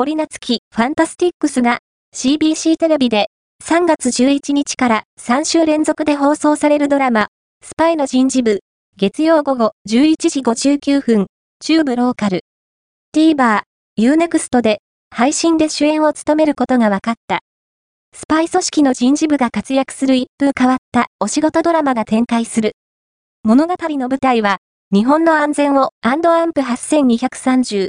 堀夏喜ファンタスティックスが CBC テレビで3月11日から3週連続で放送されるドラマ、スパイの人事部、月曜午後11時59分、中部ローカル。TVer、Unext で配信で主演を務めることが分かった。スパイ組織の人事部が活躍する一風変わったお仕事ドラマが展開する。物語の舞台は、日本の安全を&アンプ8230